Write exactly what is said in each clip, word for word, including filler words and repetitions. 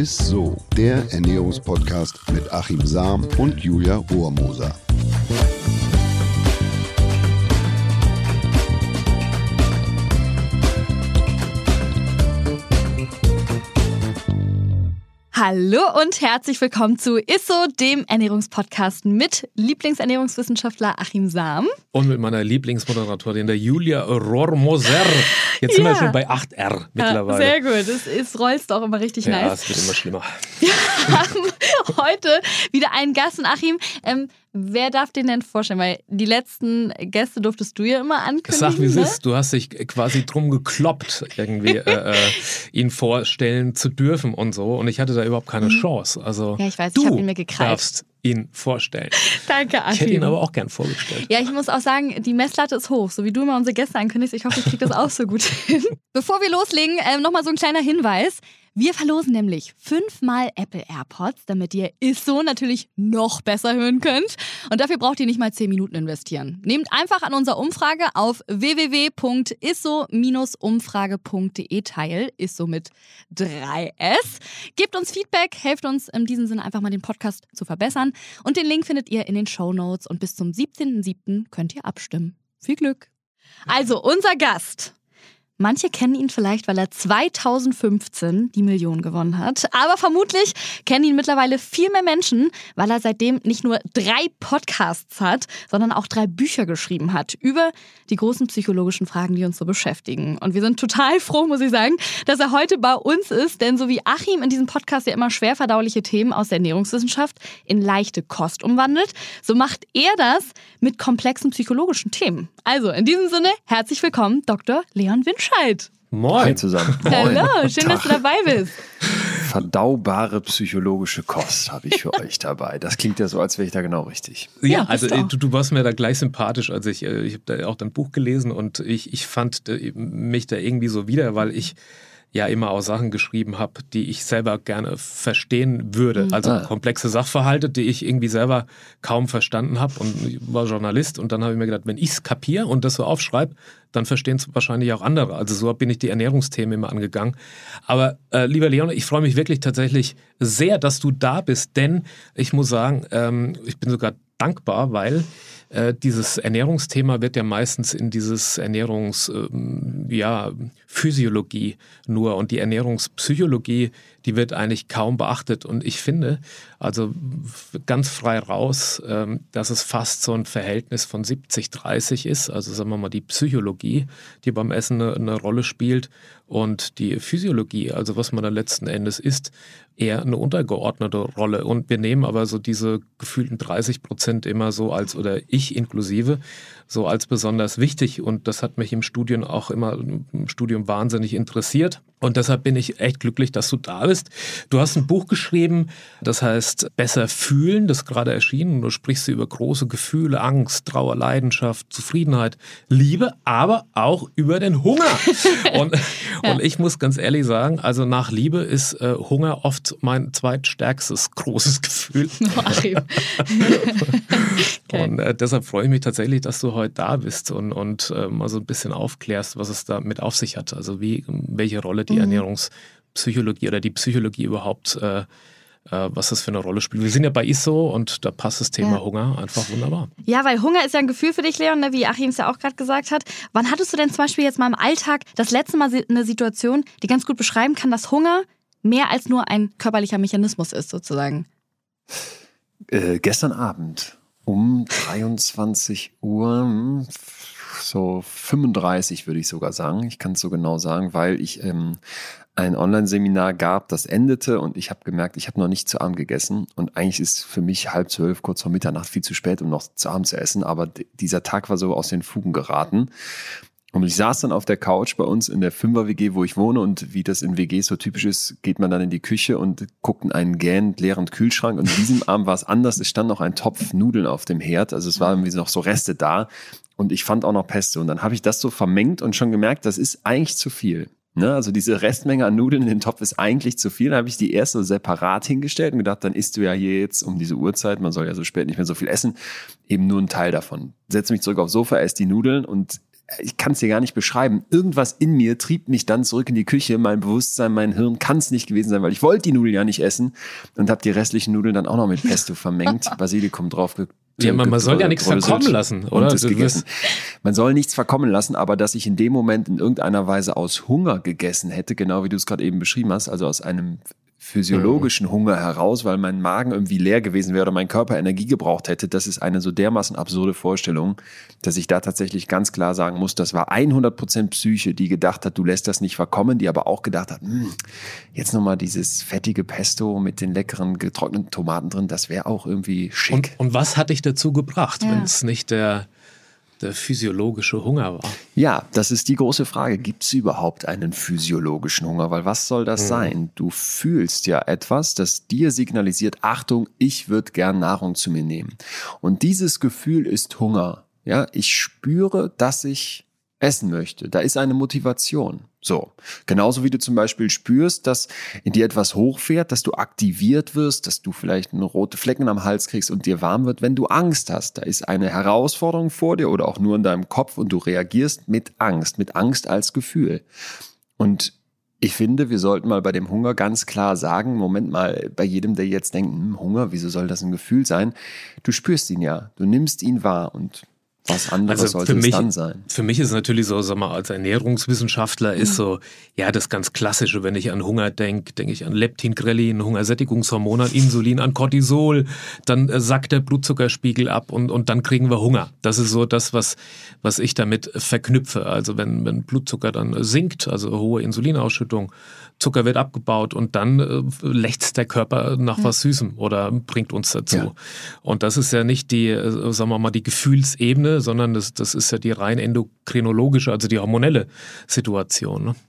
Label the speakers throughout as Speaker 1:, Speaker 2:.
Speaker 1: Ist so, der Ernährungspodcast mit Achim Sam und Julia Rohrmoser.
Speaker 2: Hallo und herzlich willkommen zu Ist so, dem Ernährungspodcast mit Lieblingsernährungswissenschaftler Achim Sam.
Speaker 3: Und mit meiner Lieblingsmoderatorin, der Julia Rohrmoser. Jetzt sind
Speaker 2: ja.
Speaker 3: wir schon bei acht R mittlerweile.
Speaker 2: Ja, sehr gut, es, es rollst auch immer richtig
Speaker 3: ja,
Speaker 2: nice.
Speaker 3: Ja, es wird immer schlimmer.
Speaker 2: Wir haben heute wieder einen Gast und Achim, ähm, wer darf den denn vorstellen? Weil die letzten Gäste durftest du ja immer ankündigen.
Speaker 3: Sag, wie es
Speaker 2: ne?
Speaker 3: ist. Du hast dich quasi drum gekloppt, irgendwie äh, äh, ihn vorstellen zu dürfen und so. Und ich hatte da überhaupt keine Chance. Also
Speaker 2: ja, ich weiß,
Speaker 3: du
Speaker 2: ich habe ihn mir gekrallt.
Speaker 3: darfst ihn vorstellen.
Speaker 2: Danke, Achim.
Speaker 3: Ich hätte ihn aber auch gern vorgestellt.
Speaker 2: Ja, ich muss auch sagen, die Messlatte ist hoch. So wie du immer unsere Gäste ankündigst. Ich hoffe, ich kriege das auch so gut hin. Bevor wir loslegen, äh, nochmal so ein kleiner Hinweis. Wir verlosen nämlich fünfmal Apple AirPods, damit ihr Ist so natürlich noch besser hören könnt. Und dafür braucht ihr nicht mal zehn Minuten investieren. Nehmt einfach an unserer Umfrage auf w w w punkt isso dash umfrage punkt de teil. Isso mit drei S. Gebt uns Feedback, helft uns in diesem Sinne einfach mal den Podcast zu verbessern. Und den Link findet ihr in den Shownotes. Und bis zum siebzehnten siebten könnt ihr abstimmen. Viel Glück! Also, unser Gast. Manche kennen ihn vielleicht, weil er zweitausendfünfzehn die Million gewonnen hat. Aber vermutlich kennen ihn mittlerweile viel mehr Menschen, weil er seitdem nicht nur drei Podcasts hat, sondern auch drei Bücher geschrieben hat über die großen psychologischen Fragen, die uns so beschäftigen. Und wir sind total froh, muss ich sagen, dass er heute bei uns ist. Denn so wie Achim in diesem Podcast ja immer schwer verdauliche Themen aus der Ernährungswissenschaft in leichte Kost umwandelt, so macht er das mit komplexen psychologischen Themen. Also in diesem Sinne, herzlich willkommen, Doktor Leon Winscheid.
Speaker 3: Moin.
Speaker 4: Hi zusammen.
Speaker 2: Moin. Hallo, schön, dass du dabei bist.
Speaker 4: Verdaubare psychologische Kost habe ich für euch dabei. Das klingt ja so, als wäre ich da genau richtig.
Speaker 3: Ja,
Speaker 2: ja
Speaker 3: also du, du warst mir da gleich sympathisch, als ich, ich habe da auch dein Buch gelesen und ich, ich fand mich da irgendwie so wieder, weil ich ja immer auch Sachen geschrieben habe, die ich selber gerne verstehen würde.
Speaker 2: Mhm.
Speaker 3: Also
Speaker 4: Ah.
Speaker 3: komplexe Sachverhalte, die ich irgendwie selber kaum verstanden habe und ich war Journalist und dann habe ich mir gedacht, wenn ich es kapiere und das so aufschreibe, dann verstehen es wahrscheinlich auch andere. Also so bin ich die Ernährungsthemen immer angegangen. Aber äh, lieber Leon, ich freue mich wirklich tatsächlich sehr, dass du da bist, denn ich muss sagen, ähm, ich bin sogar dankbar, weil äh, dieses Ernährungsthema wird ja meistens in dieses Ernährungs, ähm, ja, Physiologie nur und die Ernährungspsychologie, die wird eigentlich kaum beachtet und ich finde, also ganz frei raus, ähm, dass es fast so ein Verhältnis von siebzig dreißig ist, also sagen wir mal die Psychologie, die beim Essen eine, eine Rolle spielt und die Physiologie, also was man da letzten Endes isst, eher eine untergeordnete Rolle und wir nehmen aber so diese gefühlten dreißig Prozent immer so als, oder ich inklusive, so als besonders wichtig und das hat mich im Studium auch immer, im Studium wahnsinnig interessiert und deshalb bin ich echt glücklich, dass du da bist. Du hast ein Buch geschrieben, das heißt Besser fühlen, das ist gerade erschienen und du sprichst über große Gefühle, Angst, Trauer, Leidenschaft, Zufriedenheit, Liebe, aber auch über den Hunger. Und, ja. und ich muss ganz ehrlich sagen, also nach Liebe ist äh, Hunger oft mein zweitstärkstes großes Gefühl.
Speaker 2: Achim.
Speaker 3: Und äh, deshalb freue ich mich tatsächlich, dass du heute da bist und, und äh, mal so ein bisschen aufklärst, was es damit auf sich hat. Also wie, welche Rolle die mhm. Ernährungspsychologie oder die Psychologie überhaupt, äh, äh, was das für eine Rolle spielt. Wir sind ja bei Isso und da passt das Thema ja. Hunger einfach wunderbar.
Speaker 2: Ja, weil Hunger ist ja ein Gefühl für dich, Leon, ne, wie Achim es ja auch gerade gesagt hat. Wann hattest du denn zum Beispiel jetzt mal im Alltag das letzte Mal eine Situation, die ganz gut beschreiben kann, dass Hunger mehr als nur ein körperlicher Mechanismus ist, sozusagen?
Speaker 4: Äh, gestern Abend um dreiundzwanzig Uhr, so fünfunddreißig würde ich sogar sagen. Ich kann es so genau sagen, weil ich ähm, ein Online-Seminar gab, das endete und ich habe gemerkt, ich habe noch nicht zu Abend gegessen und eigentlich ist für mich halb zwölf, kurz vor Mitternacht viel zu spät, um noch zu Abend zu essen, aber d- dieser Tag war so aus den Fugen geraten. Und ich saß dann auf der Couch bei uns in der Fünfer-W G, wo ich wohne und wie das in W Gs so typisch ist, geht man dann in die Küche und guckt in einen gähnend leeren Kühlschrank und an diesem Abend war es anders, es stand noch ein Topf Nudeln auf dem Herd, also es waren irgendwie noch so Reste da und ich fand auch noch Pesto und dann habe ich das so vermengt und schon gemerkt, das ist eigentlich zu viel. Ne? Also diese Restmenge an Nudeln in den Topf ist eigentlich zu viel, dann habe ich die erst so separat hingestellt und gedacht, dann isst du ja hier jetzt um diese Uhrzeit, man soll ja so spät nicht mehr so viel essen, eben nur einen Teil davon. Setze mich zurück aufs Sofa, esse die Nudeln und ich kann es dir gar nicht beschreiben. Irgendwas in mir trieb mich dann zurück in die Küche. Mein Bewusstsein, mein Hirn kann es nicht gewesen sein, weil ich wollte die Nudeln ja nicht essen und habe die restlichen Nudeln dann auch noch mit Pesto vermengt, Basilikum drauf ge-
Speaker 3: Ja, man, man soll ja nichts verkommen lassen, oder?
Speaker 4: Und das gegessen. Man soll nichts verkommen lassen, aber dass ich in dem Moment in irgendeiner Weise aus Hunger gegessen hätte, genau wie du es gerade eben beschrieben hast, also aus einem physiologischen mhm. Hunger heraus, weil mein Magen irgendwie leer gewesen wäre oder mein Körper Energie gebraucht hätte, das ist eine so dermaßen absurde Vorstellung, dass ich da tatsächlich ganz klar sagen muss, das war hundert Prozent Psyche, die gedacht hat, du lässt das nicht verkommen, die aber auch gedacht hat, jetzt nochmal dieses fettige Pesto mit den leckeren getrockneten Tomaten drin, das wäre auch irgendwie schick.
Speaker 3: Und, und was hat dich dazu gebracht,
Speaker 2: ja.
Speaker 3: wenn es nicht der der physiologische Hunger war?
Speaker 4: Ja, das ist die große Frage. Gibt es überhaupt einen physiologischen Hunger? Weil was soll das mhm. sein? Du fühlst ja etwas, das dir signalisiert, Achtung, ich würde gern Nahrung zu mir nehmen. Und dieses Gefühl ist Hunger. Ja, ich spüre, dass ich essen möchte. Da ist eine Motivation. So, genauso wie du zum Beispiel spürst, dass in dir etwas hochfährt, dass du aktiviert wirst, dass du vielleicht eine rote Flecken am Hals kriegst und dir warm wird, wenn du Angst hast. Da ist eine Herausforderung vor dir oder auch nur in deinem Kopf und du reagierst mit Angst, mit Angst als Gefühl. Und ich finde, wir sollten mal bei dem Hunger ganz klar sagen, Moment mal, bei jedem, der jetzt denkt, hm, Hunger, wieso soll das ein Gefühl sein? Du spürst ihn ja, du nimmst ihn wahr und was anderes
Speaker 3: also
Speaker 4: sollte
Speaker 3: mich,
Speaker 4: es dann sein?
Speaker 3: Für mich ist es natürlich so, sag mal, als Ernährungswissenschaftler ist so, ja, das ganz Klassische, wenn ich an Hunger denke, denke ich an Leptin, Grelin, Hungersättigungshormon, an Insulin, an Cortisol, dann äh, sackt der Blutzuckerspiegel ab und, und dann kriegen wir Hunger. Das ist so das, was, was ich damit verknüpfe. Also wenn, wenn Blutzucker dann sinkt, also hohe Insulinausschüttung, Zucker wird abgebaut und dann äh, lechzt der Körper nach ja. was Süßem oder bringt uns dazu. Ja. Und das ist ja nicht die, äh, sagen wir mal, die Gefühlsebene, sondern das, das ist ja die rein endokrinologische, also die hormonelle Situation. Ne?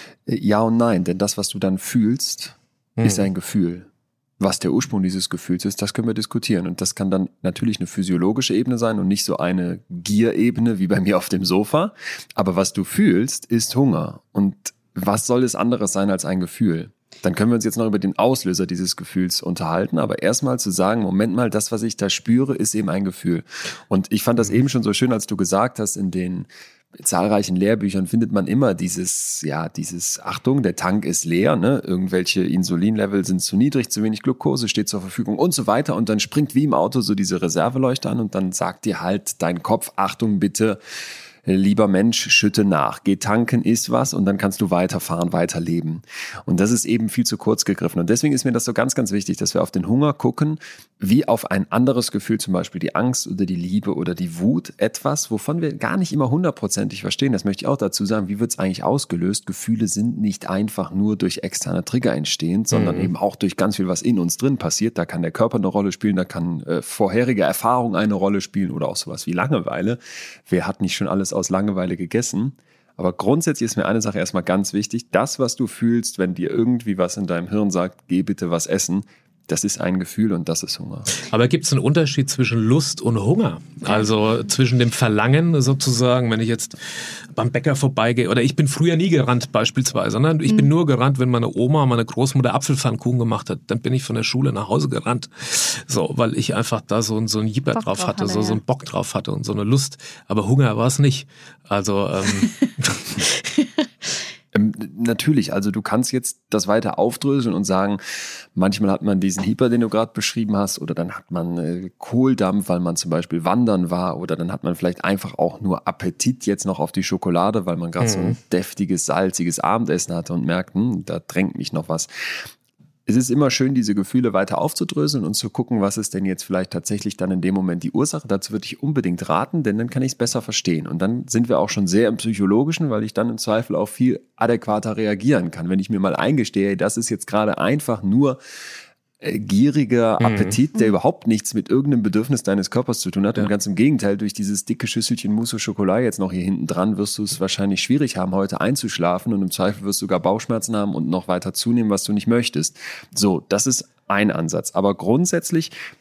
Speaker 4: Ja und nein, denn das, was du dann fühlst, hm. ist ein Gefühl. Was der Ursprung dieses Gefühls ist, das können wir diskutieren. Und das kann dann natürlich eine physiologische Ebene sein und nicht so eine Gierebene wie bei mir auf dem Sofa. Aber was du fühlst, ist Hunger. Und was soll es anderes sein als ein Gefühl? Dann können wir uns jetzt noch über den Auslöser dieses Gefühls unterhalten, aber erstmal zu sagen, Moment mal, das, was ich da spüre, ist eben ein Gefühl. Und ich fand das eben schon so schön, als du gesagt hast, in den zahlreichen Lehrbüchern findet man immer dieses, ja, dieses Achtung, der Tank ist leer, ne? Irgendwelche Insulinlevel sind zu niedrig, zu wenig Glucose steht zur Verfügung und so weiter. Und dann springt wie im Auto so diese Reserveleuchte an und dann sagt dir halt dein Kopf, Achtung bitte, lieber Mensch, schütte nach, geh tanken, iss was und dann kannst du weiterfahren, weiterleben. Und das ist eben viel zu kurz gegriffen. Und deswegen ist mir das so ganz, ganz wichtig, dass wir auf den Hunger gucken, wie auf ein anderes Gefühl, zum Beispiel die Angst oder die Liebe oder die Wut, etwas, wovon wir gar nicht immer hundertprozentig verstehen. Das möchte ich auch dazu sagen. Wie wird es eigentlich ausgelöst? Gefühle sind nicht einfach nur durch externe Trigger entstehend, sondern mhm. eben auch durch ganz viel, was in uns drin passiert. Da kann der Körper eine Rolle spielen, da kann äh, vorherige Erfahrung eine Rolle spielen oder auch sowas wie Langeweile. Wer hat nicht schon alles aus Langeweile gegessen? Aber grundsätzlich ist mir eine Sache erstmal ganz wichtig. Das, was du fühlst, wenn dir irgendwie was in deinem Hirn sagt, geh bitte was essen, das ist ein Gefühl und das ist Hunger.
Speaker 3: Aber gibt es einen Unterschied zwischen Lust und Hunger? Also zwischen dem Verlangen sozusagen, wenn ich jetzt beim Bäcker vorbeigehe, oder ich bin früher nie gerannt beispielsweise, sondern ich mhm. bin nur gerannt, wenn meine Oma, meine Großmutter Apfelpfannkuchen gemacht hat. Dann bin ich von der Schule nach Hause gerannt. So, weil ich einfach da so, so ein Jipper drauf, drauf hatte, hatte so, ja. so einen Bock drauf hatte und so eine Lust. Aber Hunger war es nicht. Also ähm,
Speaker 4: Ähm, natürlich, also du kannst jetzt das weiter aufdröseln und sagen, manchmal hat man diesen Hyper, den du gerade beschrieben hast, oder dann hat man äh, Kohldampf, weil man zum Beispiel wandern war, oder dann hat man vielleicht einfach auch nur Appetit jetzt noch auf die Schokolade, weil man gerade mhm. so ein deftiges, salziges Abendessen hatte und merkt, hm, da drängt mich noch was. Es ist immer schön, diese Gefühle weiter aufzudröseln und zu gucken, was ist denn jetzt vielleicht tatsächlich dann in dem Moment die Ursache. Dazu würde ich unbedingt raten, denn dann kann ich es besser verstehen. Und dann sind wir auch schon sehr im Psychologischen, weil ich dann im Zweifel auch viel adäquater reagieren kann. Wenn ich mir mal eingestehe, das ist jetzt gerade einfach nur gieriger Appetit, mhm. der überhaupt nichts mit irgendeinem Bedürfnis deines Körpers zu tun hat. Ja. Und ganz im Gegenteil, durch dieses dicke Schüsselchen Mousse Schokolade jetzt noch hier hinten dran, wirst du es wahrscheinlich schwierig haben, heute einzuschlafen und im Zweifel wirst du sogar Bauchschmerzen haben und noch weiter zunehmen, was du nicht möchtest. So, das ist ein Ansatz. Aber grundsätzlich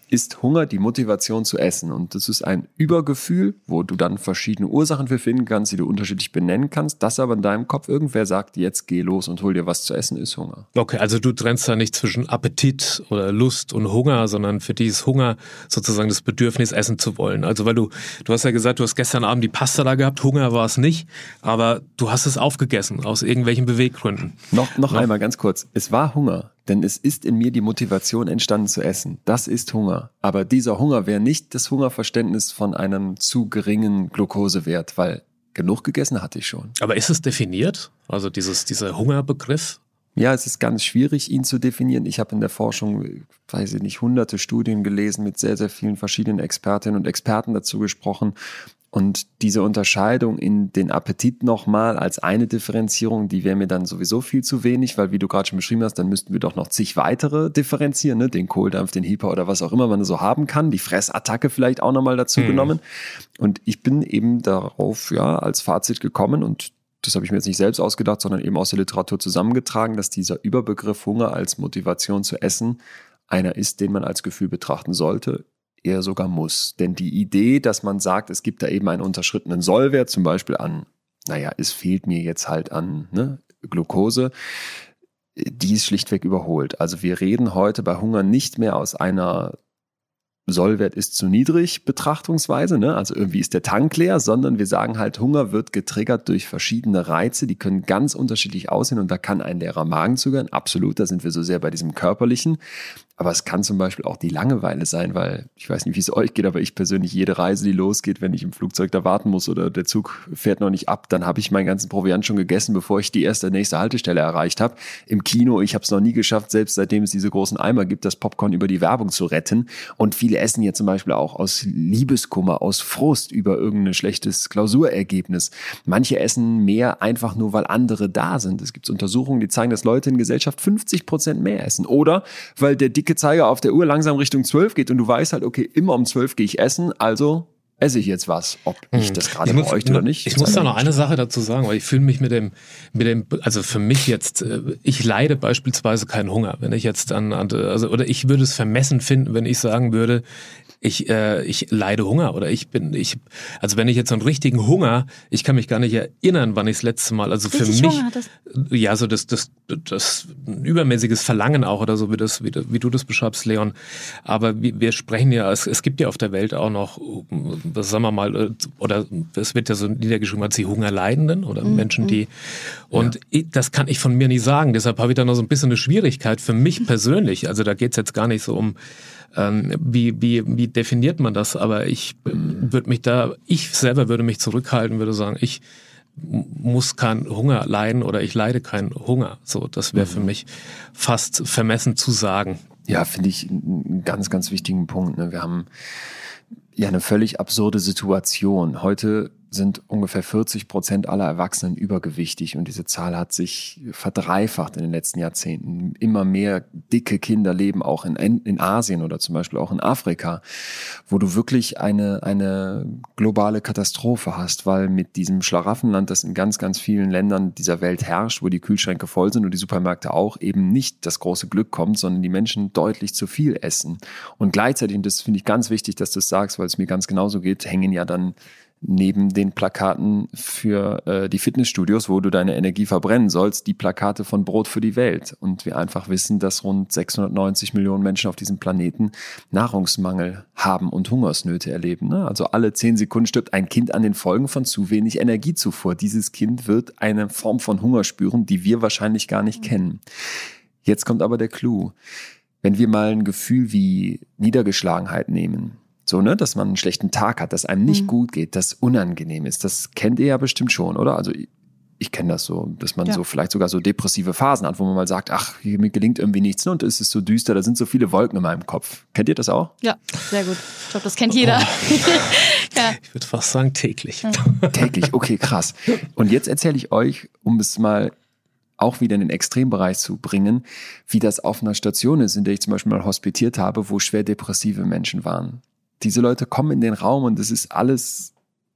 Speaker 4: ist Hunger die Motivation zu essen. Und das ist ein Übergefühl, wo du dann verschiedene Ursachen für finden kannst, die du unterschiedlich benennen kannst. Das aber in deinem Kopf irgendwer sagt, jetzt geh los und hol dir was zu essen, ist Hunger.
Speaker 3: Okay, also du trennst da nicht zwischen Appetit oder Lust und Hunger, sondern für dich ist Hunger sozusagen das Bedürfnis, essen zu wollen. Also weil du, du hast ja gesagt, du hast gestern Abend die Pasta da gehabt, Hunger war es nicht, aber du hast es aufgegessen aus irgendwelchen Beweggründen.
Speaker 4: Noch, noch
Speaker 3: Ja.
Speaker 4: einmal ganz kurz, es war Hunger. Denn es ist in mir die Motivation entstanden zu essen. Das ist Hunger. Aber dieser Hunger wäre nicht das Hungerverständnis von einem zu geringen Glukosewert, weil genug gegessen hatte ich schon.
Speaker 3: Aber ist es definiert? Also dieses, dieser Hungerbegriff?
Speaker 4: Ja, es ist ganz schwierig, ihn zu definieren. Ich habe in der Forschung, weiß ich nicht, hunderte Studien gelesen, mit sehr, sehr vielen verschiedenen Expertinnen und Experten dazu gesprochen. Und diese Unterscheidung in den Appetit nochmal als eine Differenzierung, die wäre mir dann sowieso viel zu wenig, weil wie du gerade schon beschrieben hast, dann müssten wir doch noch zig weitere differenzieren, ne? Den Kohldampf, den Hyper oder was auch immer man so haben kann, die Fressattacke vielleicht auch nochmal dazu hm. genommen. Und ich bin eben darauf ja als Fazit gekommen und das habe ich mir jetzt nicht selbst ausgedacht, sondern eben aus der Literatur zusammengetragen, dass dieser Überbegriff Hunger als Motivation zu essen einer ist, den man als Gefühl betrachten sollte, eher sogar muss. Denn die Idee, dass man sagt, es gibt da eben einen unterschrittenen Sollwert, zum Beispiel an, naja, es fehlt mir jetzt halt an ne, Glucose, die ist schlichtweg überholt. Also wir reden heute bei Hunger nicht mehr aus einer Sollwert ist zu niedrig Betrachtungsweise, ne? Also irgendwie ist der Tank leer, sondern wir sagen halt, Hunger wird getriggert durch verschiedene Reize, die können ganz unterschiedlich aussehen und da kann ein leerer Magen zugehören, absolut, da sind wir so sehr bei diesem Körperlichen, aber es kann zum Beispiel auch die Langeweile sein, weil ich weiß nicht, wie es euch geht, aber ich persönlich jede Reise, die losgeht, wenn ich im Flugzeug da warten muss oder der Zug fährt noch nicht ab, dann habe ich meinen ganzen Proviant schon gegessen, bevor ich die erste nächste Haltestelle erreicht habe. Im Kino, ich habe es noch nie geschafft, selbst seitdem es diese großen Eimer gibt, das Popcorn über die Werbung zu retten und viele essen ja zum Beispiel auch aus Liebeskummer, aus Frust über irgendein schlechtes Klausurergebnis. Manche essen mehr einfach nur, weil andere da sind. Es gibt Untersuchungen, die zeigen, dass Leute in Gesellschaft fünfzig Prozent mehr essen. Oder weil der dicke Zeiger auf der Uhr langsam Richtung zwölf geht und du weißt halt, okay, immer um zwölf gehe ich essen, also esse ich jetzt was, ob ich das gerade bräuchte oder nicht.
Speaker 3: Ich muss da noch eine Sache dazu sagen, weil ich fühle mich mit dem, mit dem, also für mich jetzt, ich leide beispielsweise keinen Hunger, wenn ich jetzt an, also oder ich würde es vermessen finden, wenn ich sagen würde, ich, äh, ich leide Hunger oder ich bin, ich, also wenn ich jetzt so einen richtigen Hunger, ich kann mich gar nicht erinnern, wann ich das letzte Mal, also für
Speaker 2: Richtig
Speaker 3: mich,
Speaker 2: Hunger hattest.
Speaker 3: ja, so das, das, das ein übermäßiges Verlangen auch oder so, wie das, wie, wie du das beschreibst, Leon. Aber wir, wir sprechen ja, es, es gibt ja auf der Welt auch noch, das sagen wir mal, oder es wird ja so niedergeschrieben als die Hungerleidenden oder mhm. Menschen, die, und ja. ich, das kann ich von mir nicht sagen, deshalb habe ich da noch so ein bisschen eine Schwierigkeit für mich persönlich, also da geht es jetzt gar nicht so um, ähm, wie, wie, wie definiert man das, aber ich mhm. würde mich da, ich selber würde mich zurückhalten, würde sagen, ich muss keinen Hunger leiden oder ich leide keinen Hunger, so, das wäre mhm. für mich fast vermessen zu sagen.
Speaker 4: Ja, finde ich einen ganz, ganz wichtigen Punkt, ne? Wir haben ja eine völlig absurde Situation. Heute sind ungefähr vierzig Prozent aller Erwachsenen übergewichtig und diese Zahl hat sich verdreifacht in den letzten Jahrzehnten. Immer mehr dicke Kinder leben auch in, in Asien oder zum Beispiel auch in Afrika, wo du wirklich eine, eine globale Katastrophe hast, weil mit diesem Schlaraffenland, das in ganz, ganz vielen Ländern dieser Welt herrscht, wo die Kühlschränke voll sind und die Supermärkte auch, eben nicht das große Glück kommt, sondern die Menschen deutlich zu viel essen. Und gleichzeitig, und das finde ich ganz wichtig, dass du es sagst, weil es mir ganz genauso geht, hängen ja dann neben den Plakaten für äh, die Fitnessstudios, wo du deine Energie verbrennen sollst, die Plakate von Brot für die Welt. Und wir einfach wissen, dass rund sechshundertneunzig Millionen Menschen auf diesem Planeten Nahrungsmangel haben und Hungersnöte erleben. Ne? Also alle zehn Sekunden stirbt ein Kind an den Folgen von zu wenig Energiezufuhr. Dieses Kind wird eine Form von Hunger spüren, die wir wahrscheinlich gar nicht kennen. Jetzt kommt aber der Clou. Wenn wir mal ein Gefühl wie Niedergeschlagenheit nehmen, so, ne, dass man einen schlechten Tag hat, dass einem nicht mhm. gut geht, das unangenehm ist. Das kennt ihr ja bestimmt schon, oder? Also ich, ich kenne das so, dass man ja. so vielleicht sogar so depressive Phasen hat, wo man mal sagt, ach, mir gelingt irgendwie nichts, ne? Und es ist so düster, da sind so viele Wolken in meinem Kopf. Kennt ihr das auch?
Speaker 2: Ja, sehr gut. Ich glaube, das kennt jeder. Oh.
Speaker 3: ja. Ich würde fast sagen täglich. Ja.
Speaker 4: Täglich, okay, krass. Und jetzt erzähle ich euch, um es mal auch wieder in den Extrembereich zu bringen, wie das auf einer Station ist, in der ich zum Beispiel mal hospitiert habe, wo schwer depressive Menschen waren. Diese Leute kommen in den Raum und es ist alles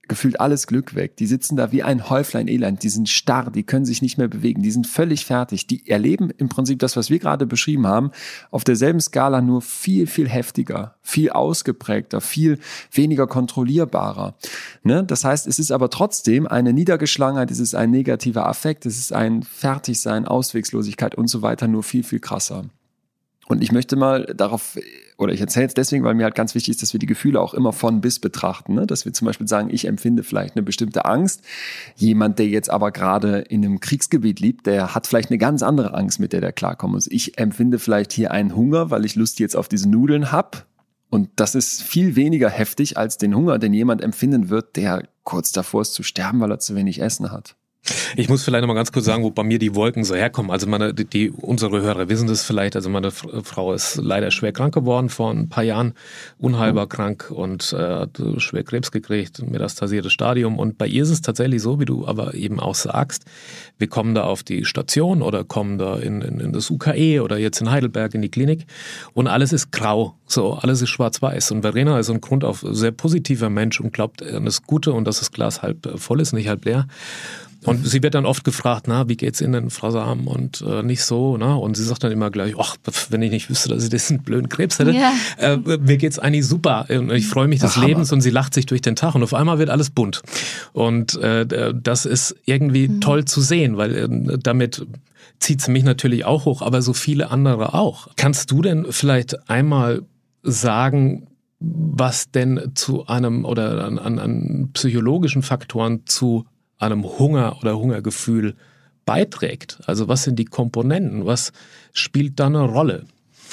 Speaker 4: gefühlt alles Glück weg. Die sitzen da wie ein Häuflein Elend, die sind starr, die können sich nicht mehr bewegen, die sind völlig fertig. Die erleben im Prinzip das, was wir gerade beschrieben haben, auf derselben Skala nur viel, viel heftiger, viel ausgeprägter, viel weniger kontrollierbarer. Ne? Das heißt, es ist aber trotzdem eine Niedergeschlagenheit, es ist ein negativer Affekt, es ist ein Fertigsein, Auswegslosigkeit und so weiter, nur viel, viel krasser. Und ich möchte mal darauf, oder ich erzähle es deswegen, weil mir halt ganz wichtig ist, dass wir die Gefühle auch immer von bis betrachten. Ne? Dass wir zum Beispiel sagen, ich empfinde vielleicht eine bestimmte Angst. Jemand, der jetzt aber gerade in einem Kriegsgebiet lebt, der hat vielleicht eine ganz andere Angst, mit der der klarkommen muss. Ich empfinde vielleicht hier einen Hunger, weil ich Lust jetzt auf diese Nudeln habe. Und das ist viel weniger heftig als den Hunger, den jemand empfinden wird, der kurz davor ist zu sterben, weil er zu wenig Essen hat.
Speaker 3: Ich muss vielleicht noch mal ganz kurz sagen, wo bei mir die Wolken so herkommen. Also meine, die, die unsere Hörer wissen das vielleicht. Also meine Frau ist leider schwer krank geworden vor ein paar Jahren, unheilbar krank und äh, hat schwer Krebs gekriegt, metastasiertes Stadium. Und bei ihr ist es tatsächlich so, wie du aber eben auch sagst, wir kommen da auf die Station oder kommen da in, in, in das U K E oder jetzt in Heidelberg in die Klinik und alles ist grau. So, alles ist schwarz-weiß. Und Verena ist ein grundauf sehr positiver Mensch und glaubt an das Gute und dass das Glas halb voll ist, nicht halb leer. Und sie wird dann oft gefragt, na, wie geht's Ihnen, Frau Sam? Und äh, nicht so, na? Und sie sagt dann immer gleich, ach, wenn ich nicht wüsste, dass ich diesen blöden Krebs hätte, ja. äh, mir geht's eigentlich super. Und ich freue mich des Ach, Lebens und sie lacht sich durch den Tag und auf einmal wird alles bunt. Und äh, das ist irgendwie mhm. toll zu sehen, weil äh, damit zieht's mich natürlich auch hoch, aber so viele andere auch. Kannst du denn vielleicht einmal sagen, was denn zu einem oder an, an, an psychologischen Faktoren zu einem Hunger oder Hungergefühl beiträgt? Also was sind die Komponenten? Was spielt da eine Rolle?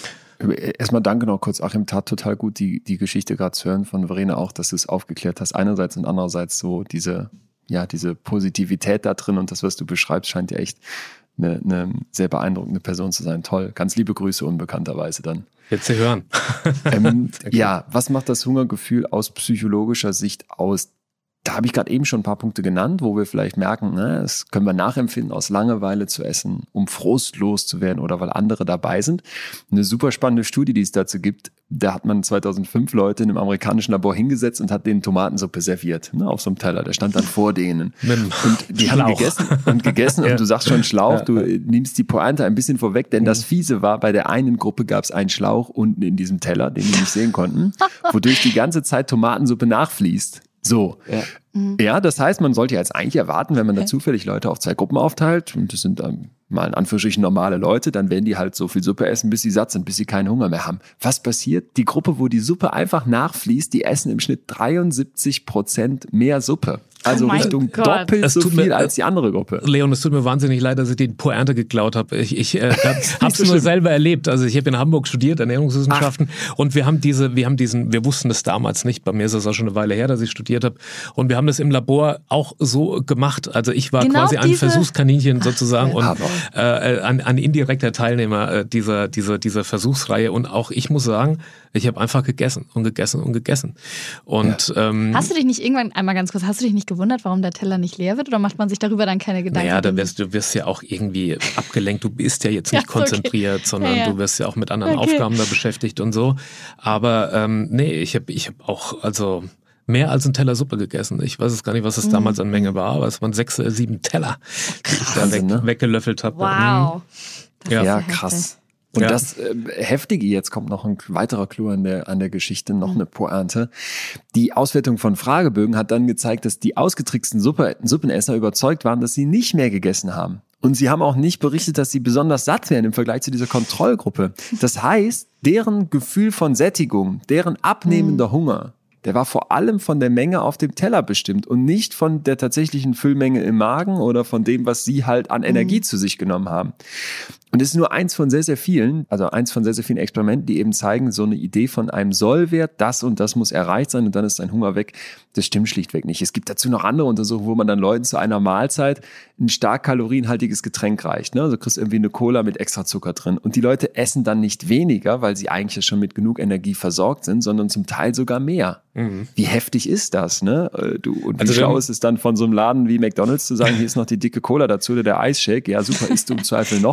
Speaker 4: Erstmal danke noch kurz, Achim, tat total gut, die, die Geschichte gerade zu hören von Verena auch, dass du es aufgeklärt hast. Einerseits und andererseits so diese, ja, diese Positivität da drin und das, was du beschreibst, scheint ja echt eine, eine sehr beeindruckende Person zu sein. Toll. Ganz liebe Grüße unbekannterweise dann.
Speaker 3: Jetzt Sie hören.
Speaker 4: ähm, ja, was macht das Hungergefühl aus psychologischer Sicht aus? Da habe ich gerade eben schon ein paar Punkte genannt, wo wir vielleicht merken, ne, das können wir nachempfinden, aus Langeweile zu essen, um frustlos zu werden oder weil andere dabei sind. Eine super spannende Studie, die es dazu gibt, da hat man zweitausendfünf Leute in einem amerikanischen Labor hingesetzt und hat denen Tomatensuppe serviert, ne, auf so einem Teller. Der stand dann vor denen. Und die Schlauch. haben gegessen und gegessen ja. und du sagst schon Schlauch, du nimmst die Pointe ein bisschen vorweg, denn das Fiese war, bei der einen Gruppe gab es einen Schlauch unten in diesem Teller, den die nicht sehen konnten, wodurch die ganze Zeit Tomatensuppe nachfließt. So, ja. Mhm. ja, das heißt, man sollte jetzt eigentlich erwarten, wenn man okay. da zufällig Leute auf zwei Gruppen aufteilt, und das sind dann mal in Anführungsstrichen normale Leute, dann werden die halt so viel Suppe essen, bis sie satt sind, bis sie keinen Hunger mehr haben. Was passiert? Die Gruppe, wo die Suppe einfach nachfließt, die essen im Schnitt dreiundsiebzig Prozent mehr Suppe. Also oh Richtung Gott. doppelt es so viel mir, als die andere Gruppe.
Speaker 3: Leon, es tut mir wahnsinnig leid, dass ich die Pointe geklaut habe. Ich, ich äh, habe es so nur schlimm. selber erlebt. Also ich habe in Hamburg studiert, Ernährungswissenschaften. Ach. Und wir haben diese, wir haben diesen, wir wussten das damals nicht. Bei mir ist das auch schon eine Weile her, dass ich studiert habe. Und wir haben das im Labor auch so gemacht. Also ich war genau quasi ein diese... Versuchskaninchen sozusagen Ach, und äh, ein, ein indirekter Teilnehmer äh, dieser, dieser, dieser Versuchsreihe. Und auch ich muss sagen, ich habe einfach gegessen und gegessen und gegessen. Und
Speaker 2: ja.
Speaker 3: ähm,
Speaker 2: hast du dich nicht irgendwann, einmal ganz kurz, hast du dich nicht gewundert, warum der Teller nicht leer wird? Oder macht man sich darüber dann keine Gedanken?
Speaker 3: Naja, da wirst, du wirst ja auch irgendwie abgelenkt. Du bist ja jetzt nicht ja, konzentriert, okay. sondern ja, ja. du wirst ja auch mit anderen okay. Aufgaben da beschäftigt und so. Aber ähm, nee, ich habe ich hab auch, also mehr als einen Teller Suppe gegessen. Ich weiß es gar nicht, was es mhm. damals an Menge war, aber es waren sechs oder sieben Teller, die ich da weg, ne? weggelöffelt habe.
Speaker 2: Wow.
Speaker 4: Mhm. Ja, ja krass. Und ja. das äh, Heftige, jetzt kommt noch ein weiterer Clou an der, an der Geschichte, noch mhm. eine Pointe. Die Auswertung von Fragebögen hat dann gezeigt, dass die ausgetricksten Suppe, Suppenesser überzeugt waren, dass sie nicht mehr gegessen haben. Und sie haben auch nicht berichtet, dass sie besonders satt wären im Vergleich zu dieser Kontrollgruppe. Das heißt, deren Gefühl von Sättigung, deren abnehmender mhm. Hunger, der war vor allem von der Menge auf dem Teller bestimmt und nicht von der tatsächlichen Füllmenge im Magen oder von dem, was sie halt an Energie mhm. zu sich genommen haben. Und es ist nur eins von sehr, sehr vielen, also eins von sehr, sehr vielen Experimenten, die eben zeigen, so eine Idee von einem Sollwert, das und das muss erreicht sein und dann ist dein Hunger weg, das stimmt schlichtweg nicht. Es gibt dazu noch andere Untersuchungen, wo man dann Leuten zu einer Mahlzeit ein stark kalorienhaltiges Getränk reicht. Ne? Also du kriegst irgendwie eine Cola mit extra Zucker drin und die Leute essen dann nicht weniger, weil sie eigentlich schon mit genug Energie versorgt sind, sondern zum Teil sogar mehr. Mhm. Wie heftig ist das? Ne? Du, und also wie schlau ist es dann von so einem Laden wie McDonald's zu sagen, hier ist noch die dicke Cola dazu oder der Eisshake, ja super, isst du im Zweifel noch mehr und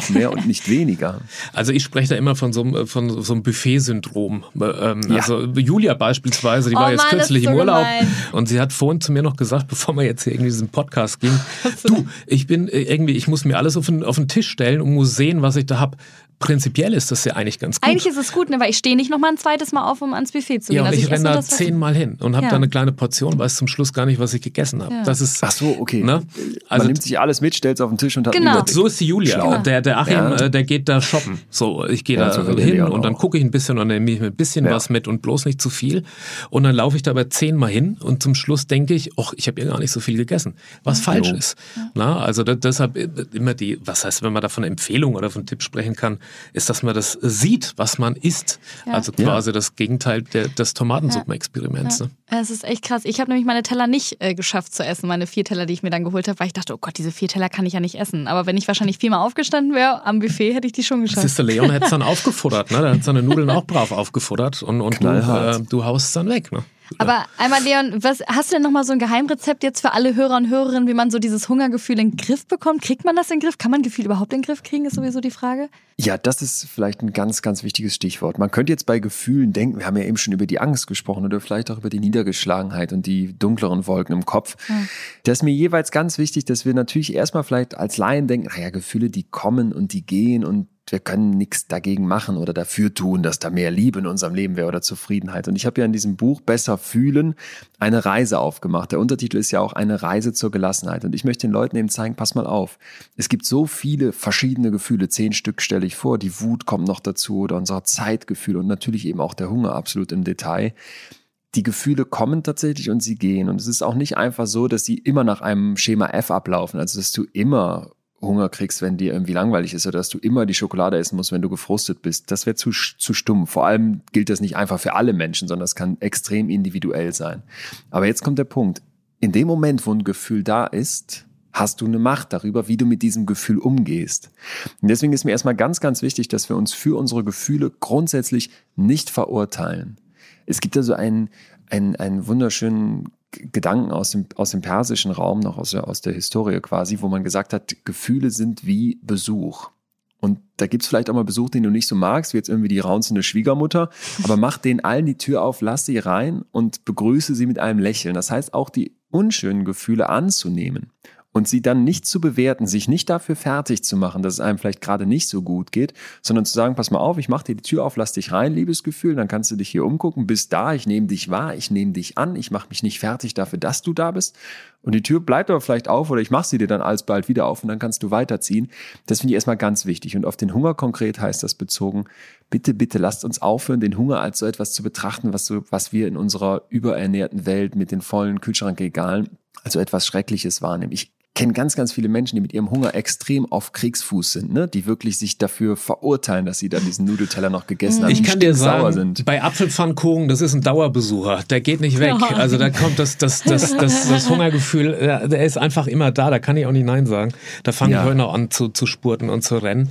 Speaker 4: und nicht weniger.
Speaker 3: Also ich spreche da immer von so einem, von so einem Buffet-Syndrom. Ähm,
Speaker 4: Ja.
Speaker 3: Also Julia beispielsweise, die
Speaker 2: Oh
Speaker 3: war jetzt
Speaker 2: Mann, das
Speaker 3: kürzlich
Speaker 2: ist
Speaker 3: im
Speaker 2: so
Speaker 3: Urlaub
Speaker 2: gemein.
Speaker 3: und sie hat vorhin zu mir noch gesagt, bevor wir jetzt hier irgendwie in diesen Podcast gingen, du, ich bin äh, irgendwie, ich muss mir alles auf den, auf den Tisch stellen und muss sehen, was ich da habe. Prinzipiell ist das ja eigentlich ganz gut.
Speaker 2: Eigentlich ist es gut, ne? Weil ich stehe nicht noch mal ein zweites Mal auf, um ans Buffet zu gehen.
Speaker 3: Ja, und
Speaker 2: Also
Speaker 3: ich,
Speaker 2: esse
Speaker 3: renne
Speaker 2: nur
Speaker 3: da
Speaker 2: das, was-
Speaker 3: zehnmal hin und habe
Speaker 2: Ja.
Speaker 3: da eine kleine Portion, weiß zum Schluss gar nicht, was ich gegessen habe.
Speaker 2: Ja.
Speaker 3: Das ist,
Speaker 4: Ach so, okay.
Speaker 3: ne?
Speaker 4: Man
Speaker 3: Also
Speaker 4: nimmt sich alles mit, stellt es auf den Tisch und hat
Speaker 2: Genau.
Speaker 4: einen Überblick.
Speaker 3: so ist die Julia.
Speaker 4: Schlau.
Speaker 3: Der, der Achim,
Speaker 4: Ja.
Speaker 3: äh, der geht da shoppen. So, ich gehe
Speaker 4: Ja,
Speaker 3: da
Speaker 4: so will der
Speaker 3: hin
Speaker 4: Leon
Speaker 3: und dann
Speaker 4: auch.
Speaker 3: gucke ich ein bisschen und dann nehme ich mir ein bisschen
Speaker 4: Ja.
Speaker 3: was mit und bloß nicht zu viel. Und dann laufe ich da aber zehnmal hin und zum Schluss denke ich, ach, ich habe ja gar nicht so viel gegessen. Was falsch
Speaker 4: Jo.
Speaker 3: ist. Na, also da, deshalb immer die, was heißt, wenn man da von Empfehlung oder von Tipp sprechen kann, ist, dass man das sieht, was man isst.
Speaker 2: Ja.
Speaker 3: Also quasi das Gegenteil der, des Tomatensuppenexperiments.
Speaker 2: Ja.
Speaker 3: Ne?
Speaker 2: Es ist echt krass. Ich habe nämlich meine Teller nicht äh, geschafft zu essen, meine vier Teller, die ich mir dann geholt habe, weil ich dachte, oh Gott, diese vier Teller kann ich ja nicht essen. Aber wenn ich wahrscheinlich viermal aufgestanden wäre am Buffet, hätte ich die schon geschafft.
Speaker 3: Siehst du, Leon hat es dann aufgefuttert, ne? Der hat seine Nudeln auch brav aufgefuttert und, und du,
Speaker 4: Knallhart.
Speaker 3: äh, du haust es dann weg, ne?
Speaker 2: Aber einmal, Leon, was, hast du denn nochmal so ein Geheimrezept jetzt für alle Hörer und Hörerinnen, wie man so dieses Hungergefühl in den Griff bekommt? Kriegt man das in den Griff? Kann man Gefühl überhaupt in den Griff kriegen, ist sowieso die Frage.
Speaker 4: Ja, das ist vielleicht ein ganz, ganz wichtiges Stichwort. Man könnte jetzt bei Gefühlen denken, wir haben ja eben schon über die Angst gesprochen oder vielleicht auch über die Niedergeschlagenheit und die dunkleren Wolken im Kopf.
Speaker 2: Hm.
Speaker 4: Das ist mir jeweils ganz wichtig, dass wir natürlich erstmal vielleicht als Laien denken, naja, Gefühle, die kommen und die gehen und wir können nichts dagegen machen oder dafür tun, dass da mehr Liebe in unserem Leben wäre oder Zufriedenheit. Und ich habe ja in diesem Buch Besser fühlen eine Reise aufgemacht. Der Untertitel ist ja auch eine Reise zur Gelassenheit. Und ich möchte den Leuten eben zeigen, pass mal auf. Es gibt so viele verschiedene Gefühle. Zehn Stück stelle ich vor. Die Wut kommt noch dazu oder unser Zeitgefühl und natürlich eben auch der Hunger absolut im Detail. Die Gefühle kommen tatsächlich und sie gehen. Und es ist auch nicht einfach so, dass sie immer nach einem Schema F ablaufen. Also dass du immer Hunger kriegst, wenn dir irgendwie langweilig ist oder dass du immer die Schokolade essen musst, wenn du gefrustet bist. Das wäre zu, zu stumm. Vor allem gilt das nicht einfach für alle Menschen, sondern es kann extrem individuell sein. Aber jetzt kommt der Punkt. In dem Moment, wo ein Gefühl da ist, hast du eine Macht darüber, wie du mit diesem Gefühl umgehst. Und deswegen ist mir erstmal ganz, ganz wichtig, dass wir uns für unsere Gefühle grundsätzlich nicht verurteilen. Es gibt also einen, einen, einen wunderschönen Gedanken aus dem, aus dem persischen Raum, noch aus der, aus der Historie quasi, wo man gesagt hat, Gefühle sind wie Besuch. Und da gibt es vielleicht auch mal Besuch, den du nicht so magst, wie jetzt irgendwie die raunzende Schwiegermutter, aber mach denen allen die Tür auf, lass sie rein und begrüße sie mit einem Lächeln. Das heißt, auch die unschönen Gefühle anzunehmen und sie dann nicht zu bewerten, sich nicht dafür fertig zu machen, dass es einem vielleicht gerade nicht so gut geht, sondern zu sagen, pass mal auf, ich mach dir die Tür auf, lass dich rein, Liebesgefühl, dann kannst du dich hier umgucken, bist da, ich nehme dich wahr, ich nehme dich an, ich mache mich nicht fertig dafür, dass du da bist und die Tür bleibt aber vielleicht auf oder ich mache sie dir dann alsbald wieder auf und dann kannst du weiterziehen. Das finde ich erstmal ganz wichtig und auf den Hunger konkret heißt das bezogen, bitte, bitte lasst uns aufhören, den Hunger als so etwas zu betrachten, was, so, was wir in unserer überernährten Welt mit den vollen Kühlschrankregalen also etwas Schreckliches wahrnehmen. Ich kenne ganz, ganz viele Menschen, die mit ihrem Hunger extrem auf Kriegsfuß sind, ne? Die wirklich sich dafür verurteilen, dass sie da diesen Nudelteller noch gegessen haben.
Speaker 3: Ich kann dir
Speaker 4: sauer
Speaker 3: sagen,
Speaker 4: sind.
Speaker 3: bei Apfelpfannkuchen, das ist ein Dauerbesucher. Der geht nicht weg.
Speaker 2: Ja.
Speaker 3: Also da kommt das, das, das, das, das Hungergefühl, der der ist einfach immer da. Da kann ich auch nicht Nein sagen. Da fange
Speaker 4: Ja.
Speaker 3: ich heute noch an zu, zu spurten und zu rennen.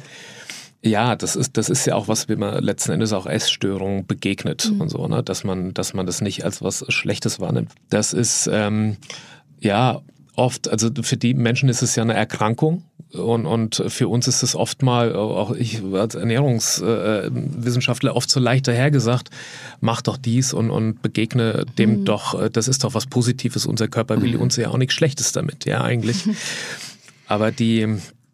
Speaker 3: Ja, das ist, das ist ja auch was, wie man letzten Endes auch Essstörungen begegnet und so, ne? Dass man, dass man das nicht als was Schlechtes wahrnimmt. Das ist, ähm, ja, oft, also für die Menschen ist es ja eine Erkrankung und, und für uns ist es oft mal, auch ich als Ernährungswissenschaftler, oft so leicht dahergesagt, mach doch dies und, und begegne dem
Speaker 2: Mhm.
Speaker 3: doch, das ist doch was Positives, unser Körper will uns ja auch nichts Schlechtes damit, ja eigentlich. Aber die,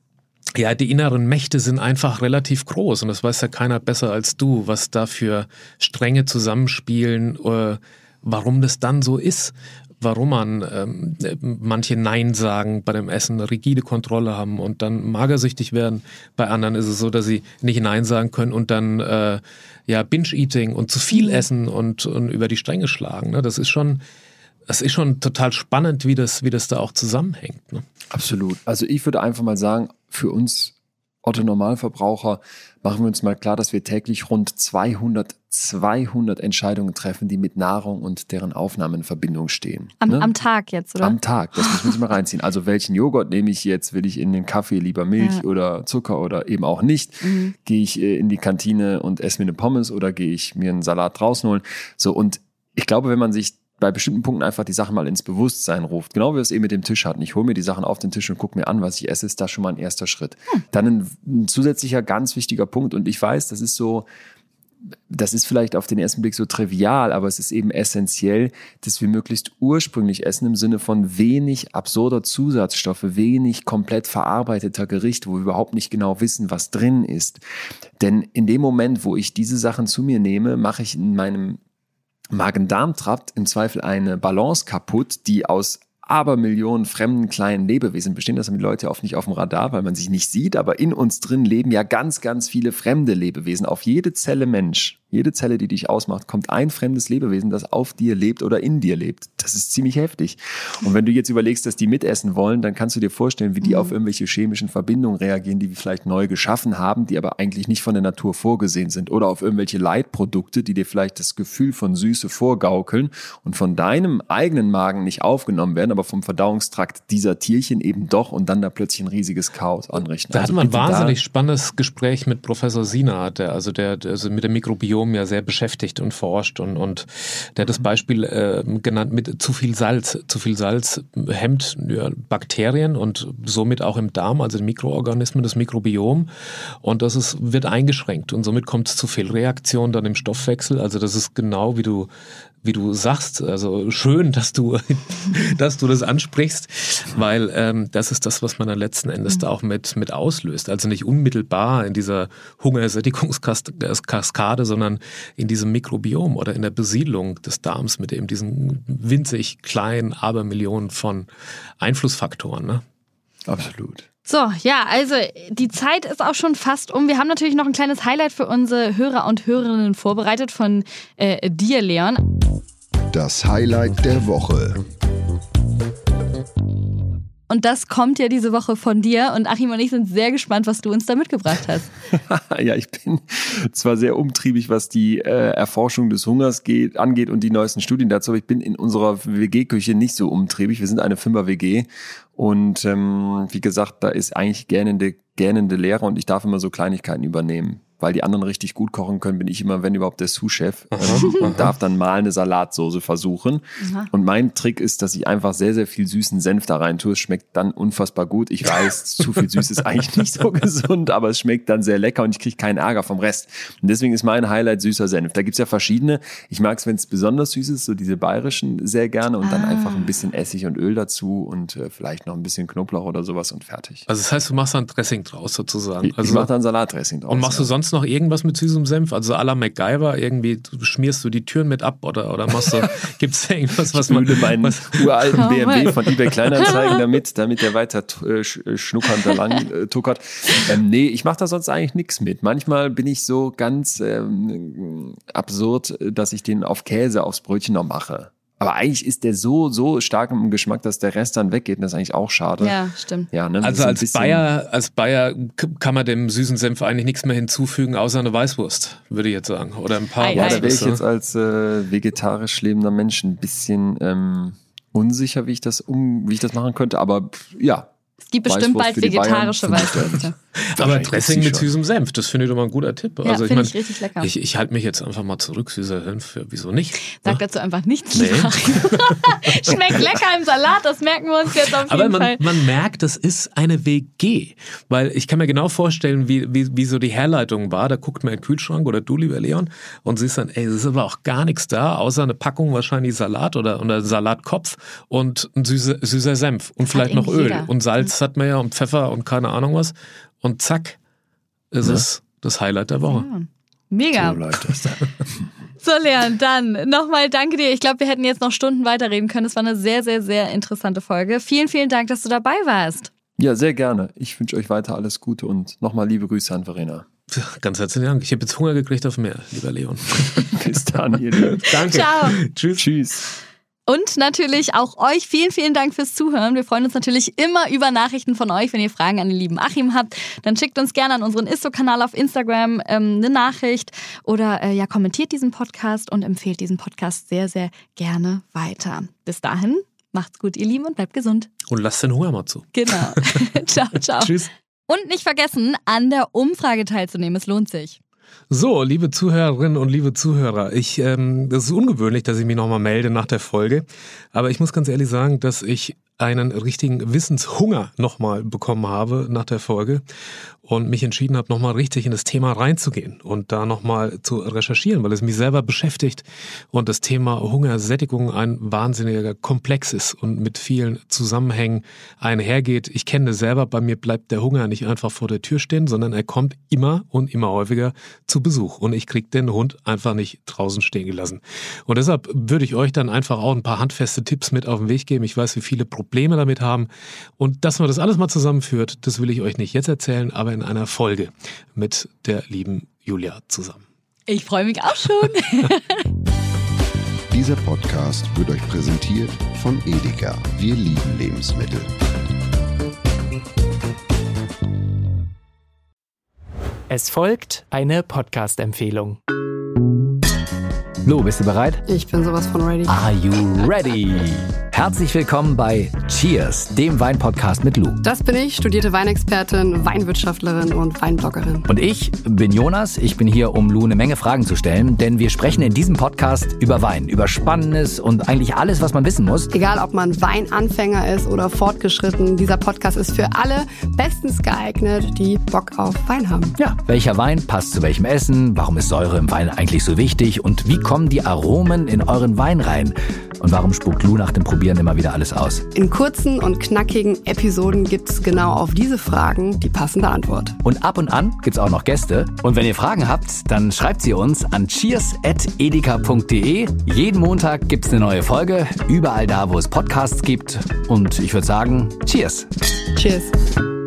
Speaker 3: ja, die inneren Mächte sind einfach relativ groß und das weiß ja keiner besser als du, was da für Stränge zusammenspielen, äh, warum das dann so ist. Warum man ähm, manche Nein sagen bei dem Essen, eine rigide Kontrolle haben und dann magersüchtig werden. Bei anderen ist es so, dass sie nicht Nein sagen können und dann äh, ja Binge-Eating und zu viel essen und, und über die Stränge schlagen. Ne? Das ist schon, das ist schon total spannend, wie das, wie das da auch zusammenhängt. Ne?
Speaker 4: Absolut. Also ich würde einfach mal sagen, für uns Otto-Normalverbraucher machen wir uns mal klar, dass wir täglich rund zweihundert, zweihundert Entscheidungen treffen, die mit Nahrung und deren Aufnahme in Verbindung stehen.
Speaker 2: Am,
Speaker 4: Ne?
Speaker 2: am Tag jetzt, oder?
Speaker 4: Am Tag, das muss man sich mal reinziehen. Also welchen Joghurt nehme ich jetzt? Will ich in den Kaffee lieber Milch
Speaker 2: Ja.
Speaker 4: oder Zucker oder eben auch nicht?
Speaker 2: Mhm.
Speaker 4: Gehe ich äh, in die Kantine und esse mir eine Pommes oder gehe ich mir einen Salat draußen holen? So, und ich glaube, wenn man sich bei bestimmten Punkten einfach die Sachen mal ins Bewusstsein ruft. Genau wie wir es eben mit dem Tisch hatten. Ich hole mir die Sachen auf den Tisch und gucke mir an, was ich esse, ist das schon mal ein erster Schritt. Hm. Dann ein, ein zusätzlicher ganz wichtiger Punkt und ich weiß, das ist so, das ist vielleicht auf den ersten Blick so trivial, aber es ist eben essentiell, dass wir möglichst ursprünglich essen im Sinne von wenig absurder Zusatzstoffe, wenig komplett verarbeiteter Gerichte, wo wir überhaupt nicht genau wissen, was drin ist. Denn in dem Moment, wo ich diese Sachen zu mir nehme, mache ich in meinem Magen-Darm-Trakt im Zweifel eine Balance kaputt, die aus Abermillionen fremden kleinen Lebewesen bestehen. Das haben die Leute oft nicht auf dem Radar, weil man sich nicht sieht. Aber in uns drin leben ja ganz, ganz viele fremde Lebewesen. Auf jede Zelle Mensch, jede Zelle, die dich ausmacht, kommt ein fremdes Lebewesen, das auf dir lebt oder in dir lebt. Das ist ziemlich heftig. Und wenn du jetzt überlegst, dass die mitessen wollen, dann kannst du dir vorstellen, wie die mhm. auf irgendwelche chemischen Verbindungen reagieren, die wir vielleicht neu geschaffen haben, die aber eigentlich nicht von der Natur vorgesehen sind. Oder auf irgendwelche Leitprodukte, die dir vielleicht das Gefühl von Süße vorgaukeln und von deinem eigenen Magen nicht aufgenommen werden, aber vom Verdauungstrakt dieser Tierchen eben doch und dann da plötzlich ein riesiges Chaos anrichten.
Speaker 3: Da
Speaker 4: also
Speaker 3: hatte man ein wahnsinnig spannendes Gespräch mit Professor Sina, der also der, der also mit dem Mikrobiom ja sehr beschäftigt und forscht und, und der hat das Beispiel äh, genannt mit zu viel Salz. Zu viel Salz hemmt ja, Bakterien und somit auch im Darm, also die Mikroorganismen, das Mikrobiom und das ist, wird eingeschränkt und somit kommt es zu Fehlreaktionen dann im Stoffwechsel. Also das ist genau wie du wie du sagst, also schön, dass du, dass du das ansprichst, weil ähm, das ist das, was man dann letzten Endes da auch mit, mit auslöst. Also nicht unmittelbar in dieser Hungersättigungskaskade, sondern in diesem Mikrobiom oder in der Besiedlung des Darms mit eben diesen winzig kleinen Abermillionen von Einflussfaktoren. Ne?
Speaker 4: Absolut.
Speaker 2: So, ja, also die Zeit ist auch schon fast um. Wir haben natürlich noch ein kleines Highlight für unsere Hörer und Hörerinnen vorbereitet von äh, dir, Leon.
Speaker 1: Das Highlight der Woche.
Speaker 2: Und das kommt ja diese Woche von dir. Und Achim und ich sind sehr gespannt, was du uns da mitgebracht hast.
Speaker 4: Ja, ich bin zwar sehr umtriebig, was die äh, Erforschung des Hungers geht, angeht und die neuesten Studien dazu, aber ich bin in unserer W G-Küche nicht so umtriebig. Wir sind eine Fünfer-W G und ähm, wie gesagt, da ist eigentlich gähnende, gähnende Leere und ich darf immer so Kleinigkeiten übernehmen. Weil die anderen richtig gut kochen können, bin ich immer, wenn überhaupt, der Sous-Chef ähm, und darf dann mal eine Salatsoße versuchen. Aha. Und mein Trick ist, dass ich einfach sehr, sehr viel süßen Senf da rein tue. Es schmeckt dann unfassbar gut. Ich weiß, zu viel Süß ist eigentlich nicht so gesund, aber es schmeckt dann sehr lecker und ich kriege keinen Ärger vom Rest. Und deswegen ist mein Highlight süßer Senf. Da gibt's ja verschiedene. Ich mag es, wenn es besonders süß ist, so diese bayerischen sehr gerne und ah. dann einfach ein bisschen Essig und Öl dazu und äh, vielleicht noch ein bisschen Knoblauch oder sowas und fertig.
Speaker 3: Also das heißt, du machst dann Dressing draus sozusagen.
Speaker 4: Ich,
Speaker 3: also
Speaker 4: ich mache dann Salatdressing draus.
Speaker 3: Und machst ja. du sonst noch irgendwas mit süßem Senf? Also à la MacGyver, irgendwie schmierst du die Türen mit ab oder, oder machst du, gibt's da irgendwas, was
Speaker 4: ich
Speaker 3: man...
Speaker 4: meinen
Speaker 3: was,
Speaker 4: uralten B M W von eBay Kleinanzeigen damit, damit der weiter äh, schnuckernd da lang äh, tuckert. Ähm, nee, ich mache da sonst eigentlich nichts mit. Manchmal bin ich so ganz ähm, absurd, dass ich den auf Käse aufs Brötchen noch mache. Aber eigentlich ist der so, so stark im Geschmack, dass der Rest dann weggeht. Und das ist eigentlich auch schade.
Speaker 2: Ja, stimmt.
Speaker 4: Ja, ne?
Speaker 3: Also als Bayer, als Bayer kann man dem süßen Senf eigentlich nichts mehr hinzufügen, außer eine Weißwurst, würde ich jetzt sagen. Oder ein paar
Speaker 4: Ja, da wäre ich jetzt als äh, vegetarisch lebender Mensch ein bisschen ähm, unsicher, wie ich das um, wie ich das machen könnte. Aber ja.
Speaker 2: Es gibt bestimmt bald vegetarische Weißwürste.
Speaker 3: Aber Dressing mit süßem Senf, das finde ich doch mal ein guter Tipp.
Speaker 2: Ja,
Speaker 3: also ich
Speaker 2: finde
Speaker 3: mein,
Speaker 2: ich richtig lecker.
Speaker 3: Ich, ich halte mich jetzt einfach mal zurück, süßer Senf, wieso nicht?
Speaker 2: Sag
Speaker 3: ne?
Speaker 2: dazu einfach nichts.
Speaker 3: Nee.
Speaker 2: Schmeckt lecker im Salat, das merken wir uns jetzt auf jeden
Speaker 3: Aber man,
Speaker 2: Fall.
Speaker 3: man merkt, das ist eine W G. Weil ich kann mir genau vorstellen, wie, wie, wie so die Herleitung war. Da guckt man in den Kühlschrank oder du, lieber Leon, und siehst dann, ey, es ist aber auch gar nichts da, außer eine Packung wahrscheinlich Salat oder, oder Salatkopf und ein süßer, süßer Senf und
Speaker 2: das
Speaker 3: vielleicht noch Öl.
Speaker 2: jeder.
Speaker 3: Und Salz hat man ja und Pfeffer und keine Ahnung was. Und zack, ist ja. es das Highlight der Woche.
Speaker 2: Ja. Mega.
Speaker 4: So läuft das dann.
Speaker 2: So, Leon, dann nochmal danke dir. Ich glaube, wir hätten jetzt noch Stunden weiterreden können. Es war eine sehr, sehr, sehr interessante Folge. Vielen, vielen Dank, dass du dabei warst.
Speaker 4: Ja, sehr gerne. Ich wünsche euch weiter alles Gute und nochmal liebe Grüße an Verena.
Speaker 3: Ganz herzlichen Dank. Ich habe jetzt Hunger gekriegt auf mehr, lieber Leon.
Speaker 4: Bis dann, ihr Lieben.
Speaker 3: Danke.
Speaker 2: Ciao.
Speaker 3: Tschüss.
Speaker 4: Tschüss.
Speaker 2: Und natürlich auch euch vielen, vielen Dank fürs Zuhören. Wir freuen uns natürlich immer über Nachrichten von euch. Wenn ihr Fragen an den lieben Achim habt, dann schickt uns gerne an unseren Isto-Kanal auf Instagram ähm, eine Nachricht oder äh, ja, kommentiert diesen Podcast und empfehlt diesen Podcast sehr, sehr gerne weiter. Bis dahin, macht's gut, ihr Lieben, und bleibt gesund.
Speaker 3: Und lasst den Hunger mal zu.
Speaker 2: Genau. Ciao, ciao.
Speaker 3: Tschüss.
Speaker 2: Und nicht vergessen, an der Umfrage teilzunehmen. Es lohnt sich.
Speaker 3: So, liebe Zuhörerinnen und liebe Zuhörer, ich, ähm, das ist ungewöhnlich, dass ich mich nochmal melde nach der Folge, aber ich muss ganz ehrlich sagen, dass ich einen richtigen Wissenshunger nochmal bekommen habe nach der Folge und mich entschieden habe, nochmal richtig in das Thema reinzugehen und da nochmal zu recherchieren, weil es mich selber beschäftigt und das Thema Hungersättigung ein wahnsinniger Komplex ist und mit vielen Zusammenhängen einhergeht. Ich kenne das selber, bei mir bleibt der Hunger nicht einfach vor der Tür stehen, sondern er kommt immer und immer häufiger zu Besuch und ich kriege den Hund einfach nicht draußen stehen gelassen. Und deshalb würde ich euch dann einfach auch ein paar handfeste Tipps mit auf den Weg geben. Ich weiß, wie viele Probleme damit haben und dass man das alles mal zusammenführt, das will ich euch nicht jetzt erzählen, aber in einer Folge mit der lieben Julia zusammen.
Speaker 2: Ich freue mich auch schon.
Speaker 1: Dieser Podcast wird euch präsentiert von Edeka. Wir lieben Lebensmittel.
Speaker 5: Es folgt eine Podcast-Empfehlung.
Speaker 6: Lou, bist du bereit?
Speaker 7: Ich bin sowas von ready.
Speaker 6: Are you ready? Herzlich willkommen bei Cheers, dem Wein-Podcast mit Lou.
Speaker 7: Das bin ich, studierte Weinexpertin, Weinwirtschaftlerin und Weinbloggerin.
Speaker 6: Und ich bin Jonas. Ich bin hier, um Lou eine Menge Fragen zu stellen, denn wir sprechen in diesem Podcast über Wein, über Spannendes und eigentlich alles, was man wissen muss.
Speaker 7: Egal, ob man Weinanfänger ist oder fortgeschritten, dieser Podcast ist für alle bestens geeignet, die Bock auf Wein haben.
Speaker 6: Ja, welcher Wein passt zu welchem Essen? Warum ist Säure im Wein eigentlich so wichtig? Und wie kommen die Aromen in euren Wein rein? Und warum spuckt Lou nach dem Probieren immer wieder alles aus?
Speaker 7: In kurzen und knackigen Episoden gibt es genau auf diese Fragen die passende Antwort.
Speaker 6: Und ab und an gibt's auch noch Gäste. Und wenn ihr Fragen habt, dann schreibt sie uns an cheers at edeka punkt de. Jeden Montag gibt's eine neue Folge, überall da, wo es Podcasts gibt. Und ich würde sagen, Cheers!
Speaker 7: Cheers!